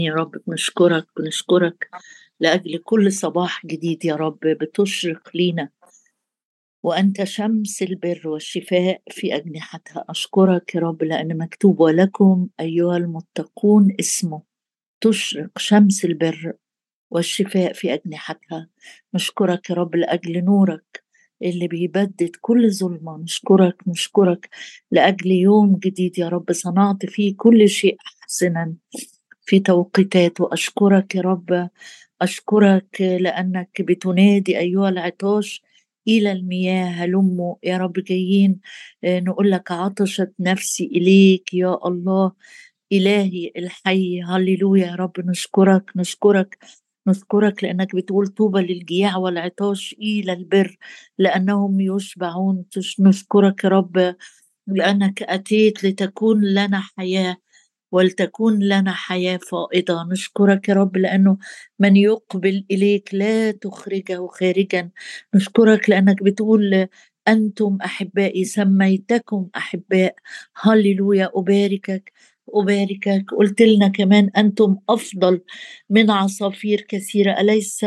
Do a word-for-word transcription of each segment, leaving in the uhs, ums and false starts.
يا رب بنشكرك بنشكرك لأجل كل صباح جديد يا رب بتشرق لينا، وأنت شمس البر والشفاء في أجنحتها. أشكرك يا رب لأن مكتوب ولكم أيها المتقون اسمه تشرق شمس البر والشفاء في أجنحتها. نشكرك يا رب لأجل نورك اللي بيبدد كل ظلمة. نشكرك نشكرك لأجل يوم جديد يا رب صنعت فيه كل شيء حسنا في توقيتات. وأشكرك يا رب، أشكرك لأنك بتنادي أيها العطاش إلى المياه هلموا. يا رب جايين آه، نقول لك عطشت نفسي إليك يا الله إلهي الحي. هللويا يا رب. نشكرك نشكرك نشكرك لأنك بتقول طوبى للجياع والعطاش إلى البر لأنهم يشبعون. تش- نشكرك يا رب لأنك أتيت لتكون لنا حياة ولتكون لنا حياة فائضة. نشكرك يا رب لأنه من يقبل إليك لا تخرجه خارجا. نشكرك لأنك بتقول أنتم أحبائي سميتكم أحباء. هللويا. أباركك أباركك. قلت لنا كمان أنتم أفضل من عصافير كثيرة، أليس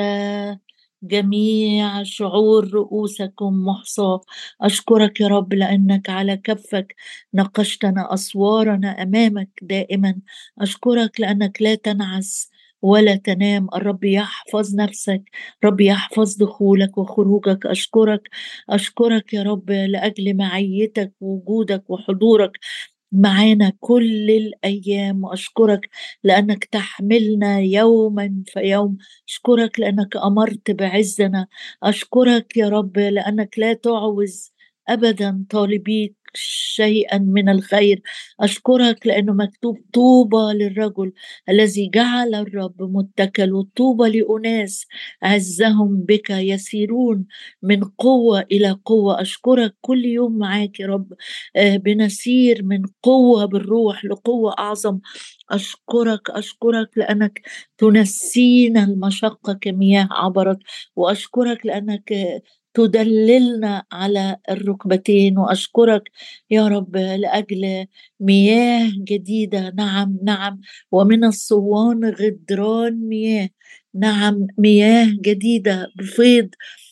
جميع شعور رؤوسكم محصاة. أشكرك يا رب لأنك على كفك نقشتنا أسوارنا أمامك دائما. أشكرك لأنك لا تنعس ولا تنام. الرب يحفظ نفسك، رب يحفظ دخولك وخروجك. أشكرك أشكرك يا رب لأجل معيتك ووجودك وحضورك معانا كل الأيام. وأشكرك لأنك تحملنا يوما فيوم. أشكرك لأنك أمرت بعزنا. أشكرك يا رب لأنك لا تعوز أبدا طالبيك شيئا من الخير. أشكرك لأنه مكتوب طوبى للرجل الذي جعل الرب متكل. طوبى لأناس عزهم بك يسيرون من قوة إلى قوة. أشكرك كل يوم معاك يا رب آه، بنسير من قوة بالروح لقوة أعظم. أشكرك أشكرك لأنك تنسينا المشقة كمياه عبرت. وأشكرك لأنك آه، تدللنا على الركبتين. وأشكرك يا رب لأجل مياه جديدة. نعم نعم. ومن الصوان غدران مياه. نعم مياه جديدة بفيض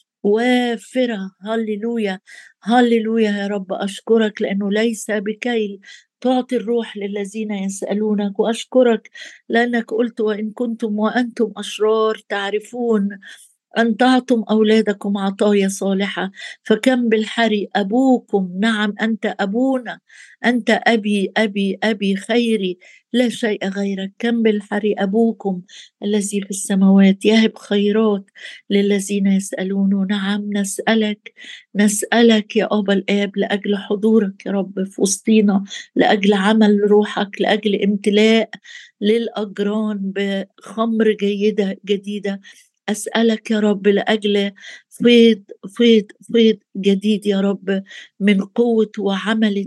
وافرة. هللويا هللويا يا رب. أشكرك لأنه ليس بكيل تعطي الروح للذين يسألونك. وأشكرك لأنك قلت وإن كنتم وأنتم أشرار تعرفون أن تعطوا أولادكم عطايا صالحة فكم بالحري أبوكم. نعم أنت أبونا، أنت أبي أبي أبي خيري لا شيء غيرك. كم بالحري أبوكم الذي في السماوات يهب خيرات للذين يسألونه. نعم نسألك نسألك يا أبا الآب لأجل حضورك يا رب في وسطينا، لأجل عمل روحك، لأجل امتلاء للأجران بخمر جيدة جديدة. أسألك يا رب لأجل فيض فيض فيض جديد يا رب من قوة وعملة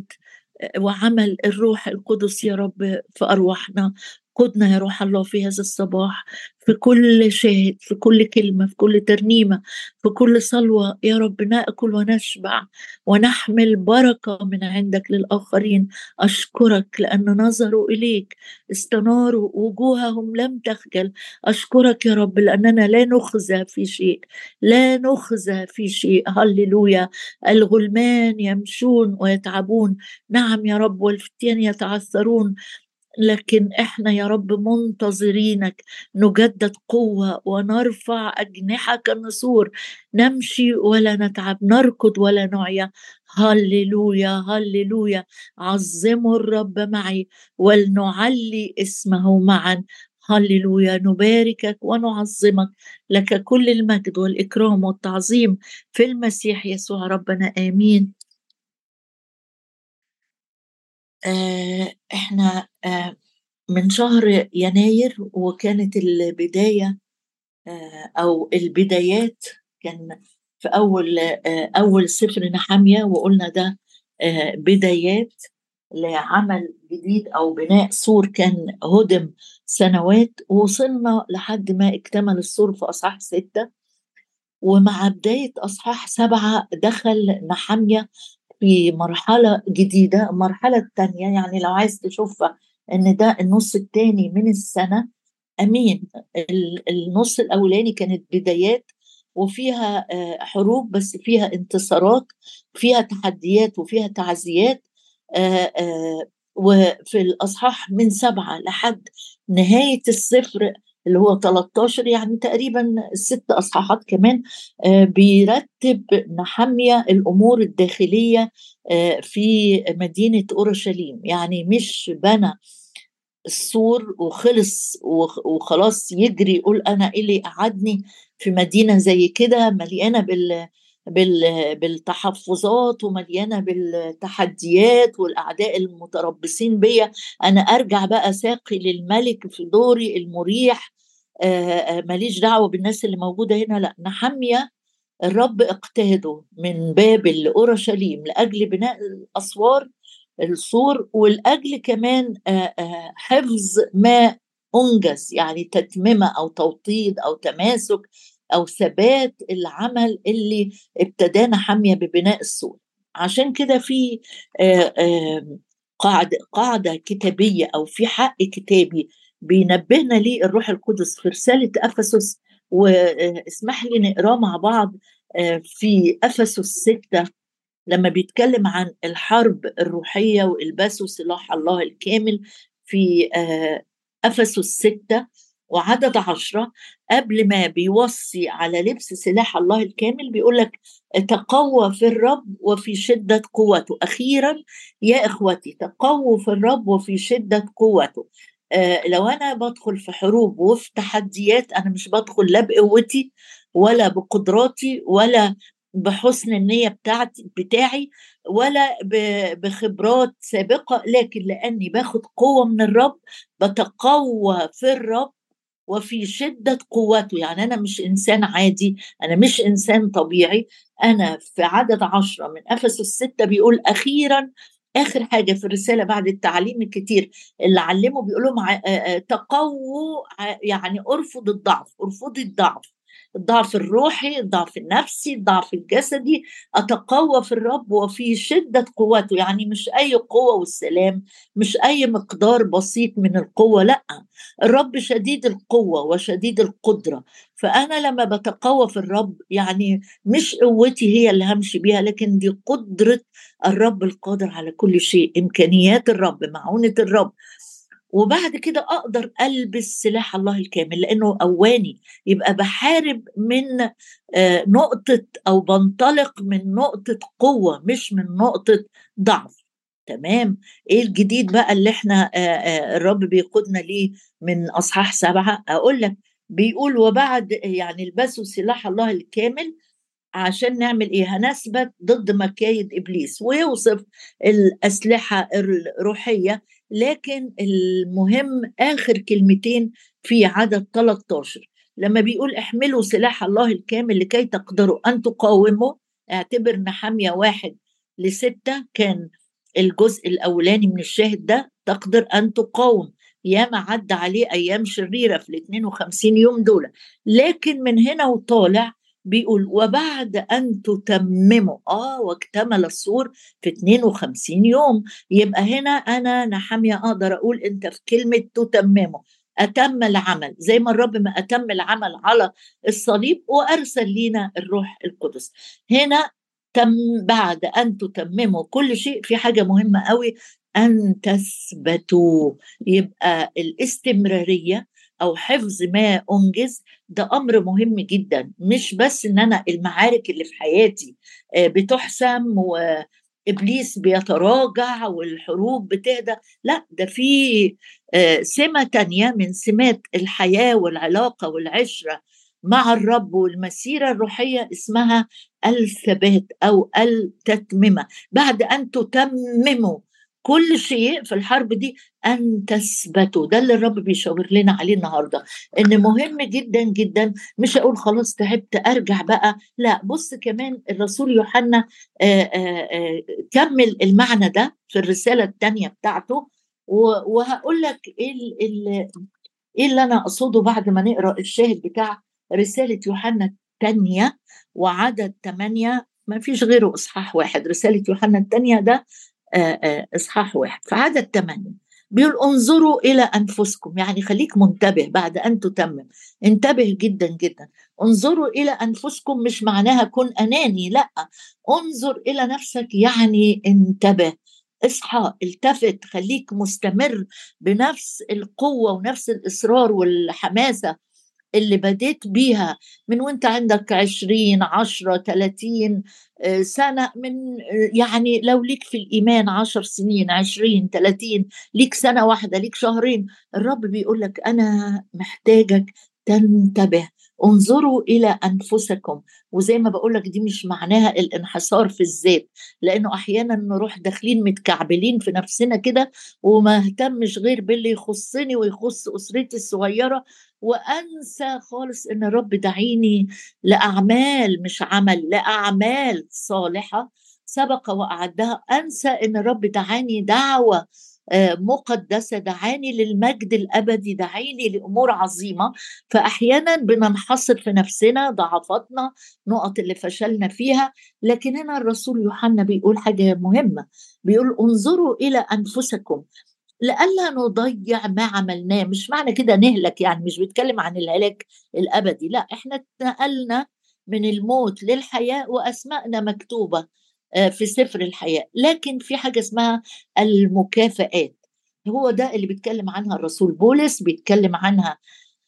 وعمل الروح القدس يا رب في أرواحنا. قدنا يا روح الله في هذا الصباح في كل شاهد، في كل كلمة، في كل ترنيمة، في كل صلوة يا رب نأكل ونشبع ونحمل بركة من عندك للآخرين. أشكرك لأن نظروا إليك استناروا وجوههم لم تخجل. أشكرك يا رب لأننا لا نخزى في شيء، لا نخزى في شيء. هللويا. الغلمان يمشون ويتعبون، نعم يا رب، والفتيان يتعثرون، لكن احنا يا رب منتظرينك نجدد قوة ونرفع أجنحة كالنسور، نمشي ولا نتعب، نركض ولا نعيا. هللويا هللويا. عظموا الرب معي ولنعلي اسمه معا. هللويا. نباركك ونعظمك، لك كل المجد والإكرام والتعظيم في المسيح يسوع ربنا آمين. آه احنا آه من شهر يناير وكانت البداية آه، أو البدايات كان في أول آه، أول سفر نحمية، وقلنا ده آه، بدايات لعمل جديد أو بناء سور كان هدم سنوات. وصلنا لحد ما اكتمل السور في أصحاح ستة، ومع بداية أصحاح سبعة دخل نحمية في مرحلة جديدة، المرحلة التانية. يعني لو عايز تشوفها إن ده النص التاني من السنة، أمين. ال- النص الأولاني كانت بدايات، وفيها آه، حروب، بس فيها انتصارات، فيها تحديات وفيها تعزيات. آه، آه، وفي الأصحاح من سبعة لحد نهاية السفر اللي هو تلتاشر، يعني تقريبا ست أصحاحات كمان، آه، بيرتب نحمية الأمور الداخلية آه، في مدينة أورشليم. يعني مش بنى السور وخلص وخ- وخلاص يجري يقول انا ايه اللي قعدني في مدينه زي كده مليانه بال بال بالتحفظات ومليانه بالتحديات والاعداء المتربصين بيا. انا ارجع بقى ساقي للملك في دوري المريح، آه، آه، ماليش دعوه بالناس اللي موجوده هنا. لا، نحمية الرب اقتاده من بابل لأورشليم لأجل بناء الأسوار، السور، والأجل كمان آه، آه، حفظ ما أنجز، يعني تتممة أو توطيد أو تماسك أو ثبات العمل اللي ابتدانا حامية ببناء السور. عشان كده في آه، آه، قاعدة قاعدة كتابية أو في حق كتابي بينبهنا ليه الروح القدس في رسالة أفسس، واسمح لي نقراه مع بعض. آه، في أفسس ستة لما بيتكلم عن الحرب الروحية وإلباسوا سلاح الله الكامل، في آه، أفسس ستة وعدد عشرة، قبل ما بيوصي على لبس سلاح الله الكامل بيقول لك تقوى في الرب وفي شدة قوته. أخيرا يا إخوتي تقووا في الرب وفي شدة قوته. آه لو أنا بدخل في حروب وفي تحديات، أنا مش بدخل لا بقوتي ولا بقدراتي ولا بحسن النية بتاعتي بتاعي ولا بخبرات سابقة، لكن لأني باخد قوة من الرب بتقوى في الرب وفي شدة قوته. يعني أنا مش إنسان عادي، أنا مش إنسان طبيعي. أنا في عدد عشرة من أفسس الستة بيقول أخيرا، آخر حاجة في الرسالة بعد التعليم الكتير اللي علمه بيقولوا مع تقووا، يعني أرفض الضعف، أرفض الضعف، الضعف الروحي، الضعف النفسي، الضعف الجسدي. أتقوى في الرب وفي شدة قوته، يعني مش أي قوة والسلام، مش أي مقدار بسيط من القوة، لأ، الرب شديد القوة وشديد القدرة. فأنا لما بتقوى في الرب يعني مش قوتي هي اللي همشي بيها، لكن دي قدرة الرب القادر على كل شيء، إمكانيات الرب، معونة الرب. وبعد كده أقدر ألبس سلاح الله الكامل لأنه قواني. يبقى بحارب من آه، نقطة أو بنطلق من نقطة قوة مش من نقطة ضعف. تمام. ايه الجديد بقى اللي احنا آه، آه، الرب بيقودنا ليه من اصحاح سبعة؟ اقول لك بيقول وبعد يعني البسوا سلاح الله الكامل عشان نعمل ايه؟ هنثبت ضد مكايد ابليس، ويوصف الاسلحه الروحيه. لكن المهم اخر كلمتين في عدد تلتاشر لما بيقول احملوا سلاح الله الكامل لكي تقدروا ان تقاوموا. اعتبر نحمية واحد لستة كان الجزء الاولاني من الشاهد ده، تقدر ان تقاوم. ياما عدى عليه ايام شريره في ال اثنين وخمسين يوم دول، لكن من هنا وطالع بيقول وبعد أن تتمموا، آه واكتمل السور في اثنين وخمسين يوم. يبقى هنا أنا نحمية أقدر أقول أنت في كلمة تتمموا، أتم العمل زي ما الرب ما أتم العمل على الصليب وأرسل لنا الروح القدس. هنا تم بعد أن تتمموا كل شيء، في حاجة مهمة قوي، أن تثبتوا. يبقى الاستمرارية أو حفظ ما أنجز ده أمر مهم جدا. مش بس إن أنا المعارك اللي في حياتي آه، بتحسم وإبليس بيتراجع والحروب بتهدى، لا، ده في آه، سمة تانية من سمات الحياة والعلاقة والعشرة مع الرب والمسيرة الروحية، اسمها الثبات أو التتممة. بعد أن تتمموا كل شيء في الحرب دي أن تثبتوا. ده اللي الرب بيشاور لنا عليه النهاردة، إن مهم جدا جدا. مش أقول خلاص تعبت أرجع بقى، لا، بص كمان الرسول يوحنا آآ آآ كمل المعنى ده في الرسالة الثانية بتاعته. وهقول لك إيه, إيه, إيه اللي أنا أقصده بعد ما نقرأ الشاهد بتاع رسالة يوحنا الثانية وعدد ثمانية. ما فيش غيره إصحاح واحد، رسالة يوحنا الثانية ده آآ آآ إصحاح واحد في عدد ثمانية. بيقول انظروا إلى أنفسكم، يعني خليك منتبه بعد أن تتمم، انتبه جدا جدا. انظروا إلى أنفسكم مش معناها كن أناني، لأ، انظر إلى نفسك يعني انتبه، اصحى، التفت، خليك مستمر بنفس القوة ونفس الإصرار والحماسة اللي بديت بيها من وانت عندك عشرين عشرة تلاتين آه، سنة، من آه، يعني لو ليك في الإيمان عشر سنين، عشرين تلاتين، ليك سنة واحدة، ليك شهرين، الرب بيقول لك أنا محتاجك تنتبه. انظروا إلى أنفسكم. وزي ما بقول لك دي مش معناها الانحصار في الذات، لأنه أحيانا نروح داخلين متكعبلين في نفسنا كده، وما اهتمش غير باللي يخصني ويخص أسرتي الصغيرة، وأنسى خالص إن الرب دعيني لأعمال، مش عمل، لأعمال صالحة سبق وأعدها. أنسى إن الرب دعاني دعوة آه، مقدسة، دعاني للمجد الأبدي، دعاني لأمور عظيمة. فأحيانا بننحصر في نفسنا، ضعفاتنا، نقط اللي فشلنا فيها. لكن هنا الرسول يوحنا بيقول حاجة مهمة، بيقول انظروا إلى أنفسكم لئلا نضيع ما عملناه. مش معنى كده نهلك، يعني مش بيتكلم عن الهلاك الأبدي، لا، احنا اتنقلنا من الموت للحياة وأسماءنا مكتوبة آه، في سفر الحياة، لكن في حاجة اسمها المكافآت. هو ده اللي بيتكلم عنها الرسول بولس، بيتكلم عنها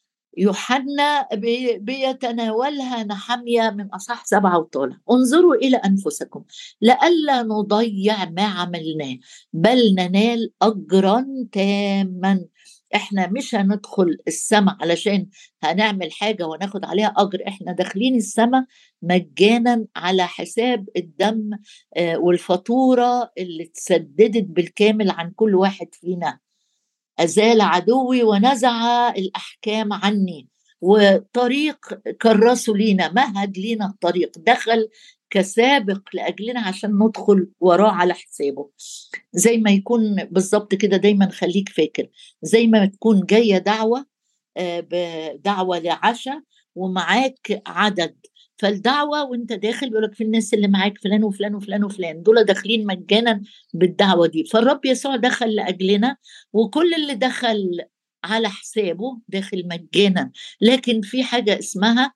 يوحنا، بي- بيتناولها نحمية من أصح سبعة وطالع. انظروا إلى أنفسكم لئلا نضيع ما عملناه بل ننال أجرا تاما. احنا مش هندخل السماء علشان هنعمل حاجة وناخد عليها أجر، احنا داخلين السماء مجانا على حساب الدم آه، والفاتورة اللي اتسددت بالكامل عن كل واحد فينا. أزال عدوي ونزع الأحكام عني، وطريق كرسه لينا، مهد لينا الطريق، دخل كسابق لأجلنا عشان ندخل وراه على حسابه. زي ما يكون بالظبط كده، دايما خليك فاكر، زي ما تكون جاية دعوة آه، بدعوة لعشاء ومعاك عدد، فالدعوة وانت داخل بيقولك في الناس اللي معاك فلان وفلان وفلان وفلان، دول داخلين مجانا بالدعوة دي. فالرب يسوع دخل لأجلنا، وكل اللي دخل على حسابه داخل مجانا. لكن في حاجة اسمها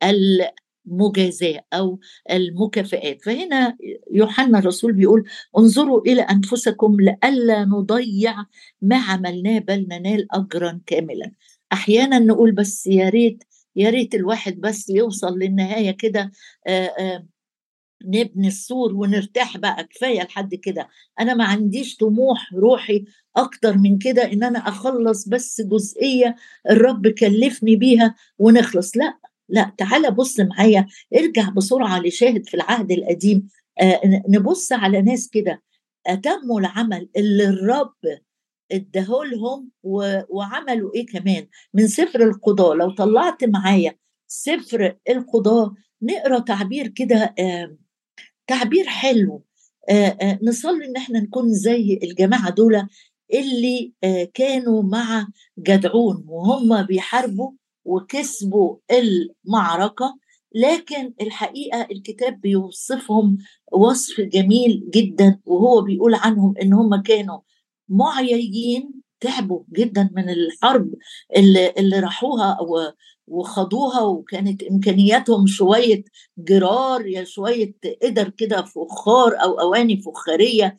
المجازاة أو المكافآت. فهنا يوحنا الرسول بيقول انظروا إلى أنفسكم لئلا نضيع ما عملناه بل ننال أجرا كاملا. أحيانا نقول بس يا ريت، يا ريت الواحد بس يوصل للنهاية كده، آه، آه، نبني السور ونرتاح بقى، كفاية لحد كده. أنا ما عنديش طموح روحي أكتر من كده، إن أنا أخلص بس جزئية الرب كلفني بيها ونخلص. لا، لا، تعالى بص معايا، ارجع بسرعة لشاهد في العهد القديم، آه نبص على ناس كده أتموا العمل اللي الرب اداهولهم و- وعملوا ايه كمان. من سفر القضاء لو طلعت معايا سفر القضاء، نقرا تعبير كده، آه تعبير حلو. آه آه نصلي ان احنا نكون زي الجماعه دول اللي آه كانوا مع جدعون وهم بيحاربوا وكسبوا المعركه. لكن الحقيقه الكتاب بيوصفهم وصف جميل جدا، وهو بيقول عنهم ان هم كانوا معيين، تعبوا جدا من الحرب اللي, اللي راحوها و- وخضوها، وكانت امكانياتهم شويه جرار يا شويه قدر كده فخار او اواني فخاريه،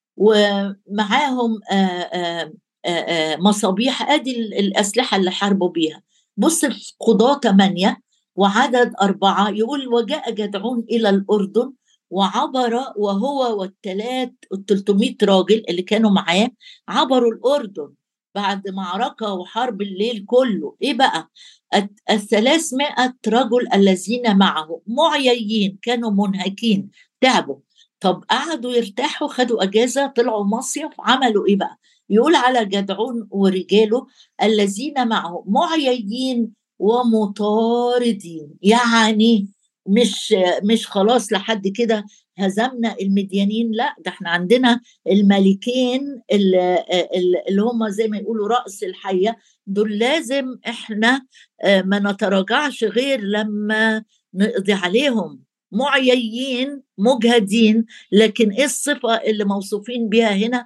ومعاهم آه، آه، آه، آه، مصابيح، ادي ال- الاسلحه اللي حاربوا بيها. بص في قضاة ثمانية وعدد أربعة يقول وجاء جدعون إلى الأردن وعبر وهو والثلاث التلتمية راجل اللي كانوا معاه، عبروا الأردن بعد معركة وحرب الليل كله. إيه بقى؟ الت- الثلاثمائة رجل الذين معه معيين، كانوا منهكين، تعبوا. طب قعدوا يرتاحوا، خدوا اجازه، طلعوا مصيف، عملوا ايه بقى؟ يقول على جدعون ورجاله الذين معه معيين ومطاردين، يعني مش مش خلاص لحد كده هزمنا المديانين، لا، ده احنا عندنا الملكين اللي, اللي هم زي ما يقولوا رأس الحية، دول لازم احنا آه، ما نتراجعش غير لما نقضي عليهم. معييين مجهدين، لكن ايه الصفة اللي موصوفين بها هنا؟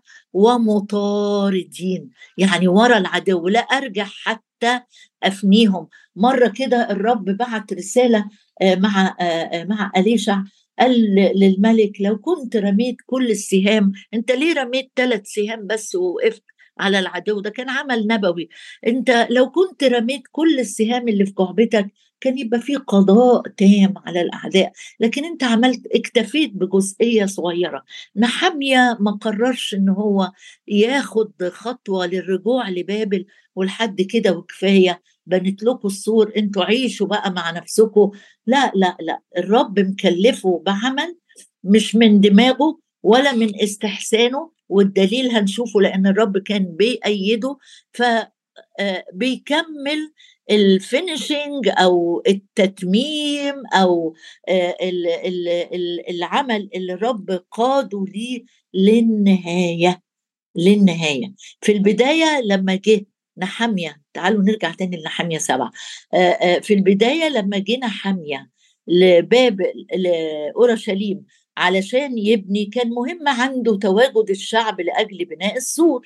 ومطاردين، يعني ورا العدو، لا ارجع حتى افنيهم. مرة كده الرب بعت رسالة آه، مع آه، آه، مع أليشع، قال للملك لو كنت رميت كل السهام، انت ليه رميت ثلاث سهام بس ووقفت على العدو؟ ده كان عمل نبوي. انت لو كنت رميت كل السهام اللي في جعبتك كان يبقى في قضاء تام على الأعداء، لكن انت عملت اكتفيت بجزئية صغيرة. نحمية ما قررش ان هو ياخد خطوة للرجوع لبابل ولحد كده وكفاية، بنت لكم السور انتوا عيشوا بقى مع نفسكم. لا لا لا، الرب مكلفه بعمل مش من دماغه ولا من استحسانه، والدليل هنشوفه لأن الرب كان بيأيده. ف آه، بيكمل الفينيشنج او التتميم او آه، ال- ال- ال- العمل اللي الرب قاده ليه للنهايه. للنهايه في البدايه لما جه نحمية، تعالوا نرجع تاني لنحمية سبعة. آه، آه، في البدايه لما جه نحمية لبابل لأورشليم علشان يبني، كان مهم عنده تواجد الشعب لأجل بناء السور.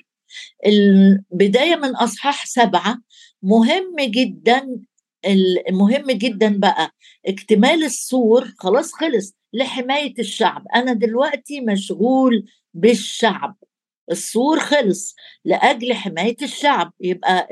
البداية من أصحاح سبعة مهم جدا. المهم جدا بقى اكتمال السور، خلاص خلص لحماية الشعب. أنا دلوقتي مشغول بالشعب، السور خلص لأجل حماية الشعب. يبقى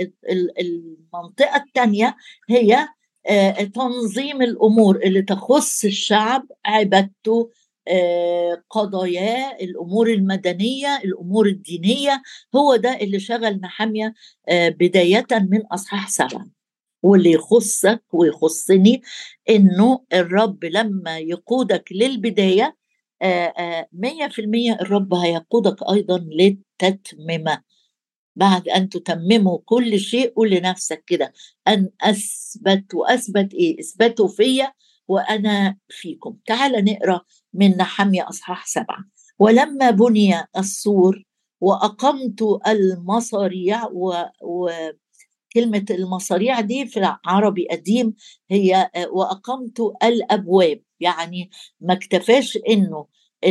المنطقة الثانية هي آه، تنظيم الأمور اللي تخص الشعب، عبادته، آه، قضاياه، الأمور المدنية، الأمور الدينية. هو ده اللي شغل نحمية آه، بداية من أصحاح سبعة. واللي يخصك ويخصني إنه الرب لما يقودك للبداية آه، آه، مية في المية الرب هيقودك أيضا للتتممة. بعد أن تتمموا كل شيء قول لنفسك كده: أن أثبت. وأثبت إيه؟ أثبتوا فيا وأنا فيكم. تعال نقرأ من نحمية أصحاح سبعة. ولما بني السور وأقمت المصاريع و... و... كلمة المصاريع دي في العربي قديم هي وأقمت الأبواب، يعني ما اكتفاش إنه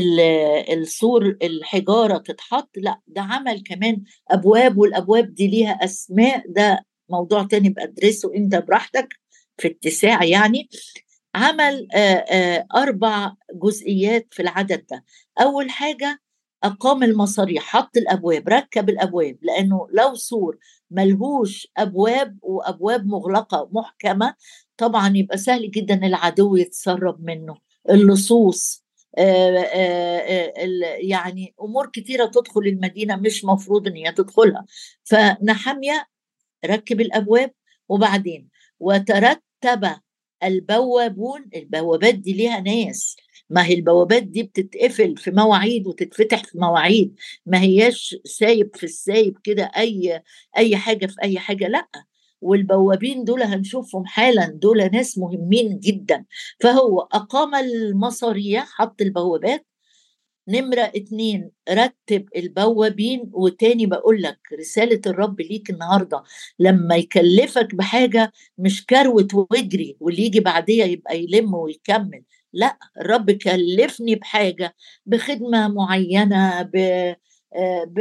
السور الحجارة تتحط، لا ده عمل كمان أبواب، والأبواب دي ليها أسماء، ده موضوع تاني بأدرسه أنت براحتك في اتساع يعني. عمل آآ آآ أربع جزئيات في العدد ده. أول حاجة أقام المصاريح، حط الأبواب، ركب الأبواب، لأنه لو سور ملهوش أبواب وأبواب مغلقة محكمة طبعا يبقى سهل جدا العدو يتسرب منه. اللصوص آآ آآ يعني أمور كتيرة تدخل المدينة مش مفروض إن هي تدخلها. فنحمية ركب الأبواب، وبعدين وترتب البوابون. البوابات دي ليها ناس، ما هي البوابات دي بتتقفل في مواعيد وتتفتح في مواعيد، ما هياش سايب في السايب كده أي أي حاجة في أي حاجة، لأ. والبوابين دول هنشوفهم حالا، دول ناس مهمين جدا. فهو أقام المصاريع، حط البوابات. نمرة اتنين رتب البوابين. وتاني بقول لك رسالة الرب ليك النهاردة لما يكلفك بحاجة مش كروت واجري واللي يجي بعديها يبقى يلم ويكمل، لا، الرب كلفني بحاجة، بخدمة معينة، ب ب...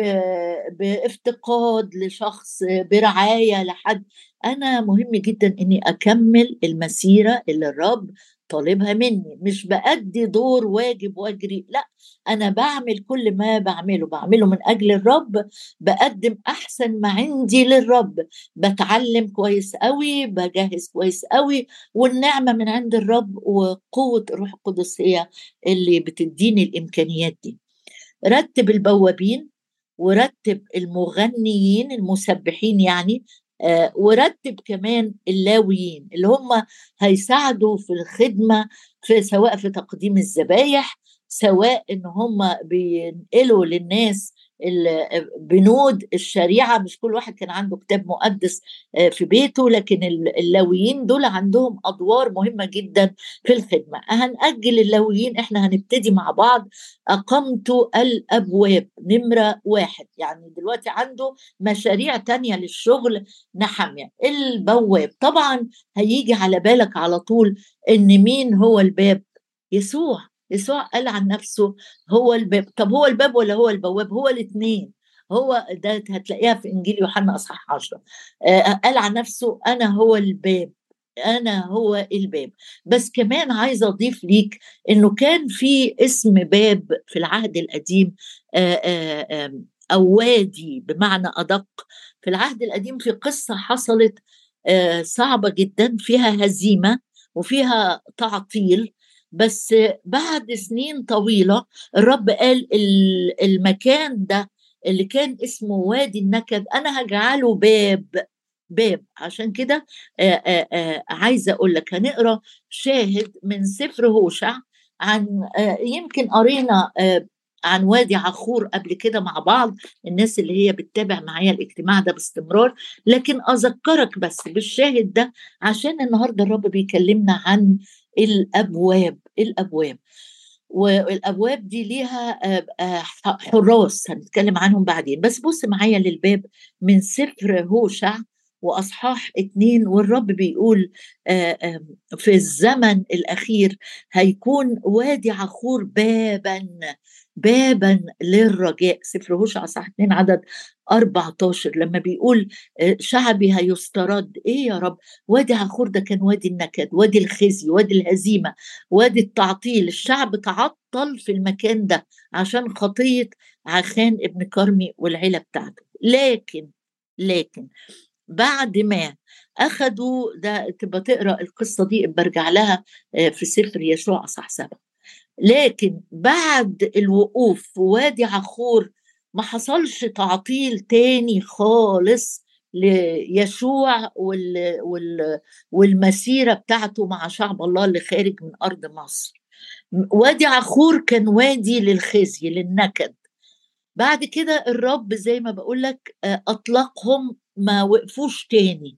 بافتقاد لشخص، برعاية لحد. أنا مهم جدا أني أكمل المسيرة اللي الرب طالبها مني، مش بأدي دور واجب واجري، لا، أنا بعمل كل ما بعمله بعمله من أجل الرب، بقدم أحسن ما عندي للرب، بتعلم كويس قوي، بجهز كويس قوي، والنعمة من عند الرب وقوة الروح القدس هي اللي بتديني الإمكانيات دي. رتب البوابين، ورتب المغنيين المسبحين يعني، آه ورتب كمان اللاويين اللي هم هيساعدوا في الخدمة، في سواء في تقديم الذبايح، سواء ان هم بينقلوا للناس بنود الشريعة. مش كل واحد كان عنده كتاب مقدس في بيته، لكن اللاويين دول عندهم أدوار مهمة جدا في الخدمة. هنأجل اللاويين، احنا هنبتدي مع بعض. أقمت الأبواب نمرة واحد، يعني دلوقتي عنده مشاريع تانية للشغل. نحمية البواب، طبعا هيجي على بالك على طول إن مين هو الباب؟ يسوع. يسوع قال عن نفسه هو الباب. طب هو الباب ولا هو البواب؟ هو الاثنين. هو ده هتلاقيها في انجيل يوحنا اصحاح عشرة. آه قال عن نفسه انا هو الباب، انا هو الباب. بس كمان عايزه اضيف ليك انه كان في اسم باب في العهد القديم، آه آه آه او وادي بمعنى ادق. في العهد القديم في قصه حصلت آه صعبه جدا، فيها هزيمه وفيها تعطيل. بس بعد سنين طويلة الرب قال المكان ده اللي كان اسمه وادي النكد أنا هجعله باب. باب. عشان كده عايزة أقول لك هنقرأ شاهد من سفر هوشع عن آه يمكن قرينا آه عن وادي عخور قبل كده مع بعض، الناس اللي هي بتتابع معايا الاجتماع ده باستمرار. لكن أذكرك بس بالشاهد ده عشان النهاردة الرب بيكلمنا عن الأبواب. الأبواب والأبواب دي ليها حراس هنتكلم عنهم بعدين. بس بص معايا للباب من سفر هوشع وأصحاح اتنين، والرب بيقول في الزمن الأخير هيكون وادي عخور بابا بابا للرجاء. سفر هوشع أصحاح اتنين عدد أربعة عشر لما بيقول شعبي هيسترد. ايه يا رب؟ وادي عخور ده كان وادي النكد، وادي الخزي، وادي الهزيمة، وادي التعطيل. الشعب تعطل في المكان ده عشان خطية عخان ابن كرمي والعيلة بتاعته. لكن لكن بعد ما أخدوا ده، تبقى تقرأ القصة دي برجع لها في سفر يشوع أصحاح سبعة. لكن بعد الوقوف في وادي عخور ما حصلش تعطيل تاني خالص ليشوع وال وال والمسيرة بتاعته مع شعب الله اللي خارج من أرض مصر. وادي عخور كان وادي للخزي للنكد. بعد كده الرب زي ما بقولك أطلقهم، ما وقفوش تاني.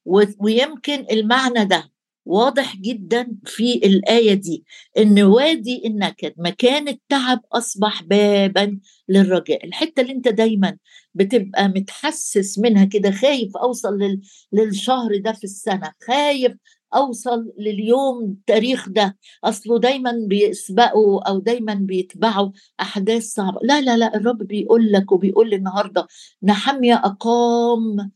ويمكن المعنى ده واضح جدا في الآية دي، إن وادي النكد مكان التعب أصبح بابا للرجاء. الحتة اللي انت دايما بتبقى متحسس منها كده، خايف أوصل لل... للشهر ده في السنة، خايف أوصل لليوم التاريخ ده، أصله دايما بيسبقوا أو دايما بيتبعوا أحداث صعبة. لا لا لا، الرب بيقول لك وبيقول لي النهاردة نحمية أقام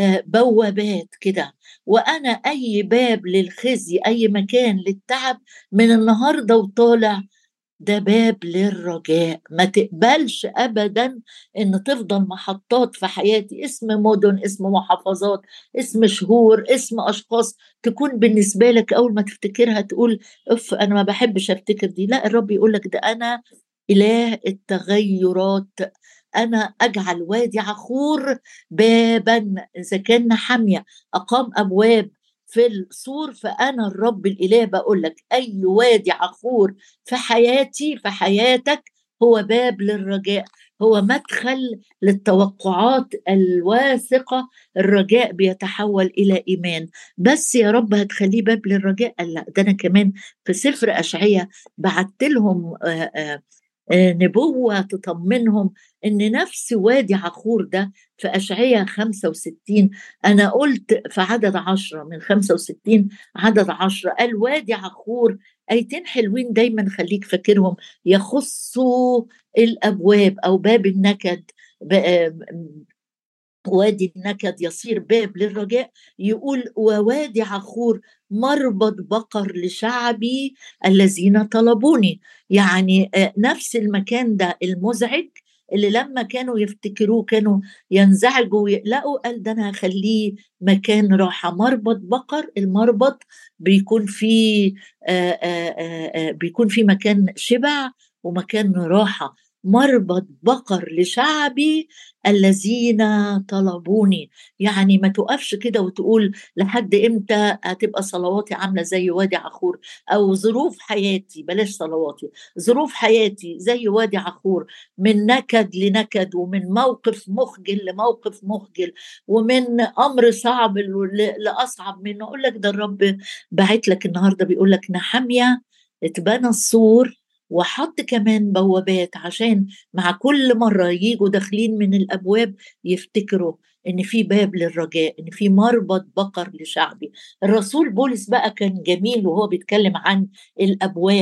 بوابات كده، وأنا أي باب للخزي، أي مكان للتعب من النهاردة وطالع ده باب للرجاء. ما تقبلش أبدا إن تفضل محطات في حياتي، اسم مدن، اسم محافظات، اسم شهور، اسم أشخاص، تكون بالنسبة لك أول ما تفتكرها تقول أف أنا ما بحبش أفتكر دي. لا، الرب يقول لك ده أنا إله التغيرات. أنا أجعل وادي عخور بابا. إذا كان حامية أقام أبواب في السور، فأنا الرب الإله بقول لك أي وادي عخور في حياتي في حياتك هو باب للرجاء، هو مدخل للتوقعات الواثقة. الرجاء بيتحول إلى إيمان. بس يا رب هتخليه باب للرجاء؟ قال لا، ده أنا كمان في سفر أشعياء بعت لهم آآ آآ نبوة تطمنهم إن نفس وادي عخور ده في أشعياء خمسة وستين. أنا قلت في عدد عشرة من خمسة وستين عدد عشرة قال وادي عخور. آيتين حلوين دايما خليك فاكرهم، يخصوا الأبواب أو باب النكد. وادي النكد يصير باب للرجاء. يقول ووادي عخور مربط بقر لشعبي الذين طلبوني. يعني نفس المكان ده المزعج اللي لما كانوا يفتكروه كانوا ينزعجوا ويقلقوا، قال ده انا هخليه مكان راحة. مربط بقر، المربط بيكون فيه آآ آآ بيكون فيه مكان شبع ومكان راحة. مربط بقر لشعبي الذين طلبوني. يعني ما تقفش كده وتقول لحد امتى هتبقى صلواتي عاملة زي وادي عخور، او ظروف حياتي، بلاش صلواتي، ظروف حياتي زي وادي عخور، من نكد لنكد، ومن موقف مخجل لموقف مخجل، ومن امر صعب لاصعب منه. اقول لك ده الرب بعت لك النهارده بيقول لك نحمية اتبنى السور وحط كمان بوابات، عشان مع كل مرة ييجوا داخلين من الأبواب يفتكروا إن في باب للرجاء، إن في مربط بقر لشعبي. الرسول بولس بقى كان جميل وهو بيتكلم عن الأبواب.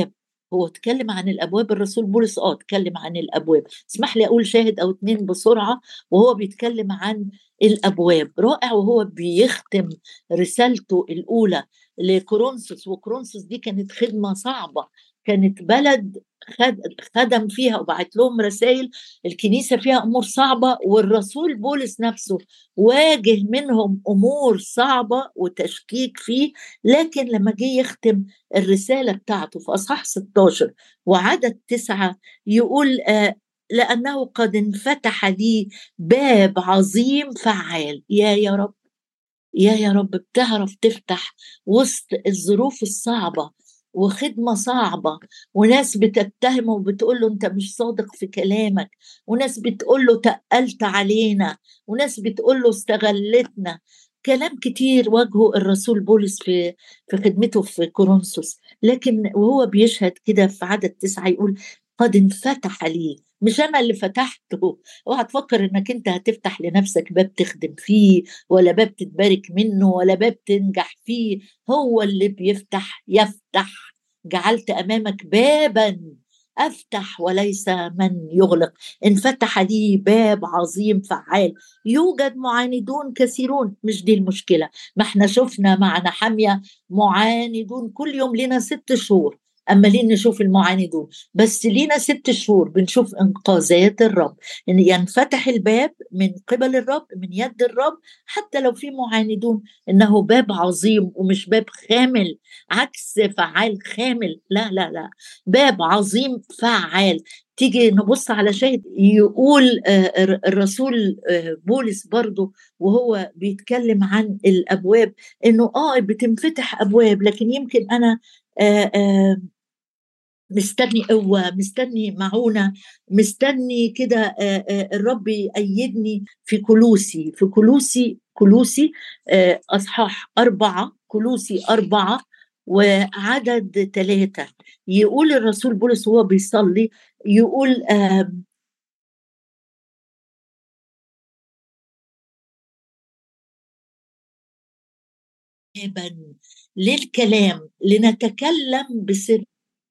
هو اتكلم عن الأبواب الرسول بولس آه اتكلم عن الأبواب، اسمح لي أقول شاهد أو اتنين بسرعة وهو بيتكلم عن الأبواب، رائع وهو بيختم رسالته الأولى لكورنثوس، وكورنثوس دي كانت خدمة صعبة، كانت بلد خد خدم فيها وبعت لهم رسائل، الكنيسة فيها أمور صعبة، والرسول بولس نفسه واجه منهم أمور صعبة وتشكيك فيه، لكن لما جه يختم الرسالة بتاعته في أصحاح ستاشر وعدد تسعة يقول آه لأنه قد انفتح لي باب عظيم فعال. يا يا رب، يا يا رب بتعرف تفتح وسط الظروف الصعبة وخدمة صعبة، وناس بتتهمه وبتقول له انت مش صادق في كلامك، وناس بتقول له تقلت علينا، وناس بتقول له استغلتنا، كلام كتير واجهه الرسول بولس في في خدمته في كورنثوس، لكن وهو بيشهد كده في عدد تسعة يقول قد انفتح لي، مش انا اللي فتحته. اوعى تفكر انك انت هتفتح لنفسك باب تخدم فيه ولا باب تتبارك منه ولا باب تنجح فيه، هو اللي بيفتح يفتح. جعلت أمامك بابا أفتح وليس من يغلق، انفتح لي باب عظيم فعال. يوجد معاندون كثيرون، مش دي المشكلة، ما احنا شفنا مع نحمية معاندون كل يوم لنا ست شهور، أما ليه نشوف المعاندون؟ بس لينا ست شهور بنشوف إنقاذات الرب، إن ينفتح الباب من قبل الرب من يد الرب، حتى لو في معاندون، إنه باب عظيم ومش باب خامل، عكس فعال خامل، لا لا لا، باب عظيم فعال. تيجي نبص على شاهد يقول آه، الرسول آه، بولس برضو وهو بيتكلم عن الأبواب، إنه آه بتنفتح أبواب، لكن يمكن أنا آه آه مستني قوة، مستني معونة، مستني كده آه، آه، الرب يأيدني في كلوسي، في كلوسي كلوسي آه، أصحاح أربعة، كلوسي أربعة وعدد ثلاثة، يقول الرسول بولس وهو بيصلي يقول آه، بابا للكلام لنتكلم بسر.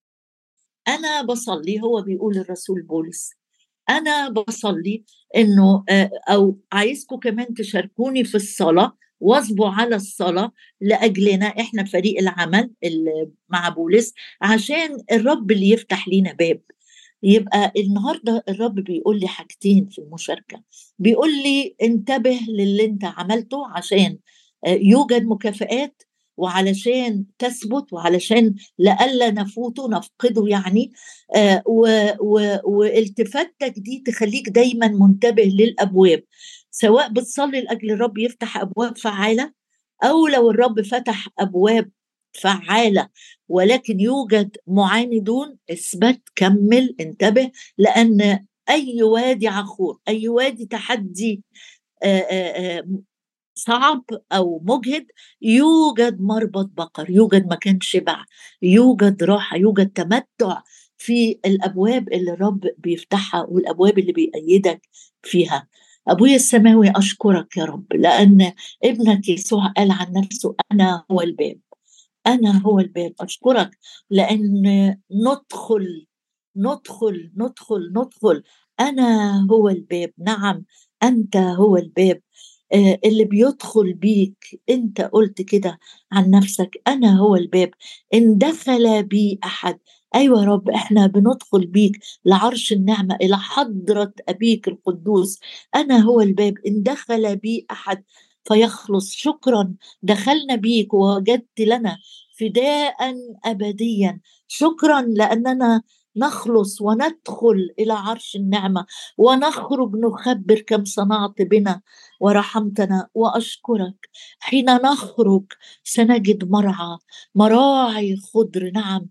أنا بصلي، هو بيقول الرسول بولس أنا بصلي إنه آه، أو عايزكم كمان تشاركوني في الصلاة، واظبوا على الصلاة لأجلنا إحنا فريق العمل اللي مع بولس، عشان الرب اللي يفتح لينا باب. يبقى النهاردة الرب بيقول لي حاجتين في المشاركة، بيقول لي انتبه للي انت عملته عشان آه، يوجد مكافآت، وعلشان تثبت، وعلشان لألا نفوته نفقده يعني، آه، و- و- والتفاتك دي تخليك دايما منتبه للأبواب، سواء بتصلي لأجل الرب يفتح أبواب فعالة، أو لو الرب فتح أبواب فعالة ولكن يوجد معاندون، اثبت كمل انتبه، لأن أي وادي عخور، أي وادي تحدي آآ آآ صعب أو مجهد، يوجد مربط بقر، يوجد مكان شبع، يوجد راحة، يوجد تمتع في الأبواب اللي الرب بيفتحها والأبواب اللي بيأيدك فيها. أبويا السماوي أشكرك يا رب، لأن ابنك يسوع قال عن نفسه أنا هو الباب، أنا هو الباب. أشكرك لأن ندخل ندخل ندخل ندخل، أنا هو الباب، نعم أنت هو الباب آه، اللي بيدخل بيك. أنت قلت كده عن نفسك أنا هو الباب، إن دخل بي أحد، أيوة يا رب إحنا بندخل بيك لعرش النعمة إلى حضرة أبيك القدوس، أنا هو الباب إن دخل بي أحد فيخلص. شكرا، دخلنا بيك ووجدت لنا فداء أبديا، شكرا لأننا نخلص وندخل إلى عرش النعمة ونخرج نخبر كم صنعت بنا ورحمتنا. وأشكرك حين نخرج سنجد مرعى، مراعي خضر، نعم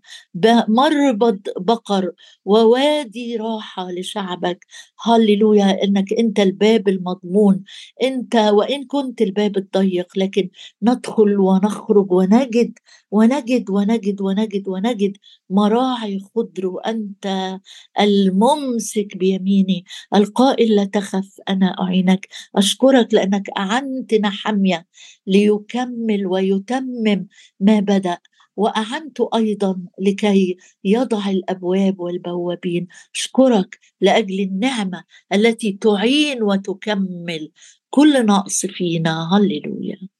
مربض بقر ووادي راحة لشعبك. هللويا، إنك أنت الباب المضمون، أنت وإن كنت الباب الضيق لكن ندخل ونخرج ونجد ونجد ونجد ونجد ونجد مراعي خضر، وأنت الممسك بيميني القائل لا تخف أنا أعينك. أشكرك لأنك أعنت نحمية ليكمل ويتمم ما بدأ. وأعنته أيضا لكي يضع الأبواب والبوابين. أشكرك لأجل النعمة التي تعين وتكمل كل نقص فينا. هللويا.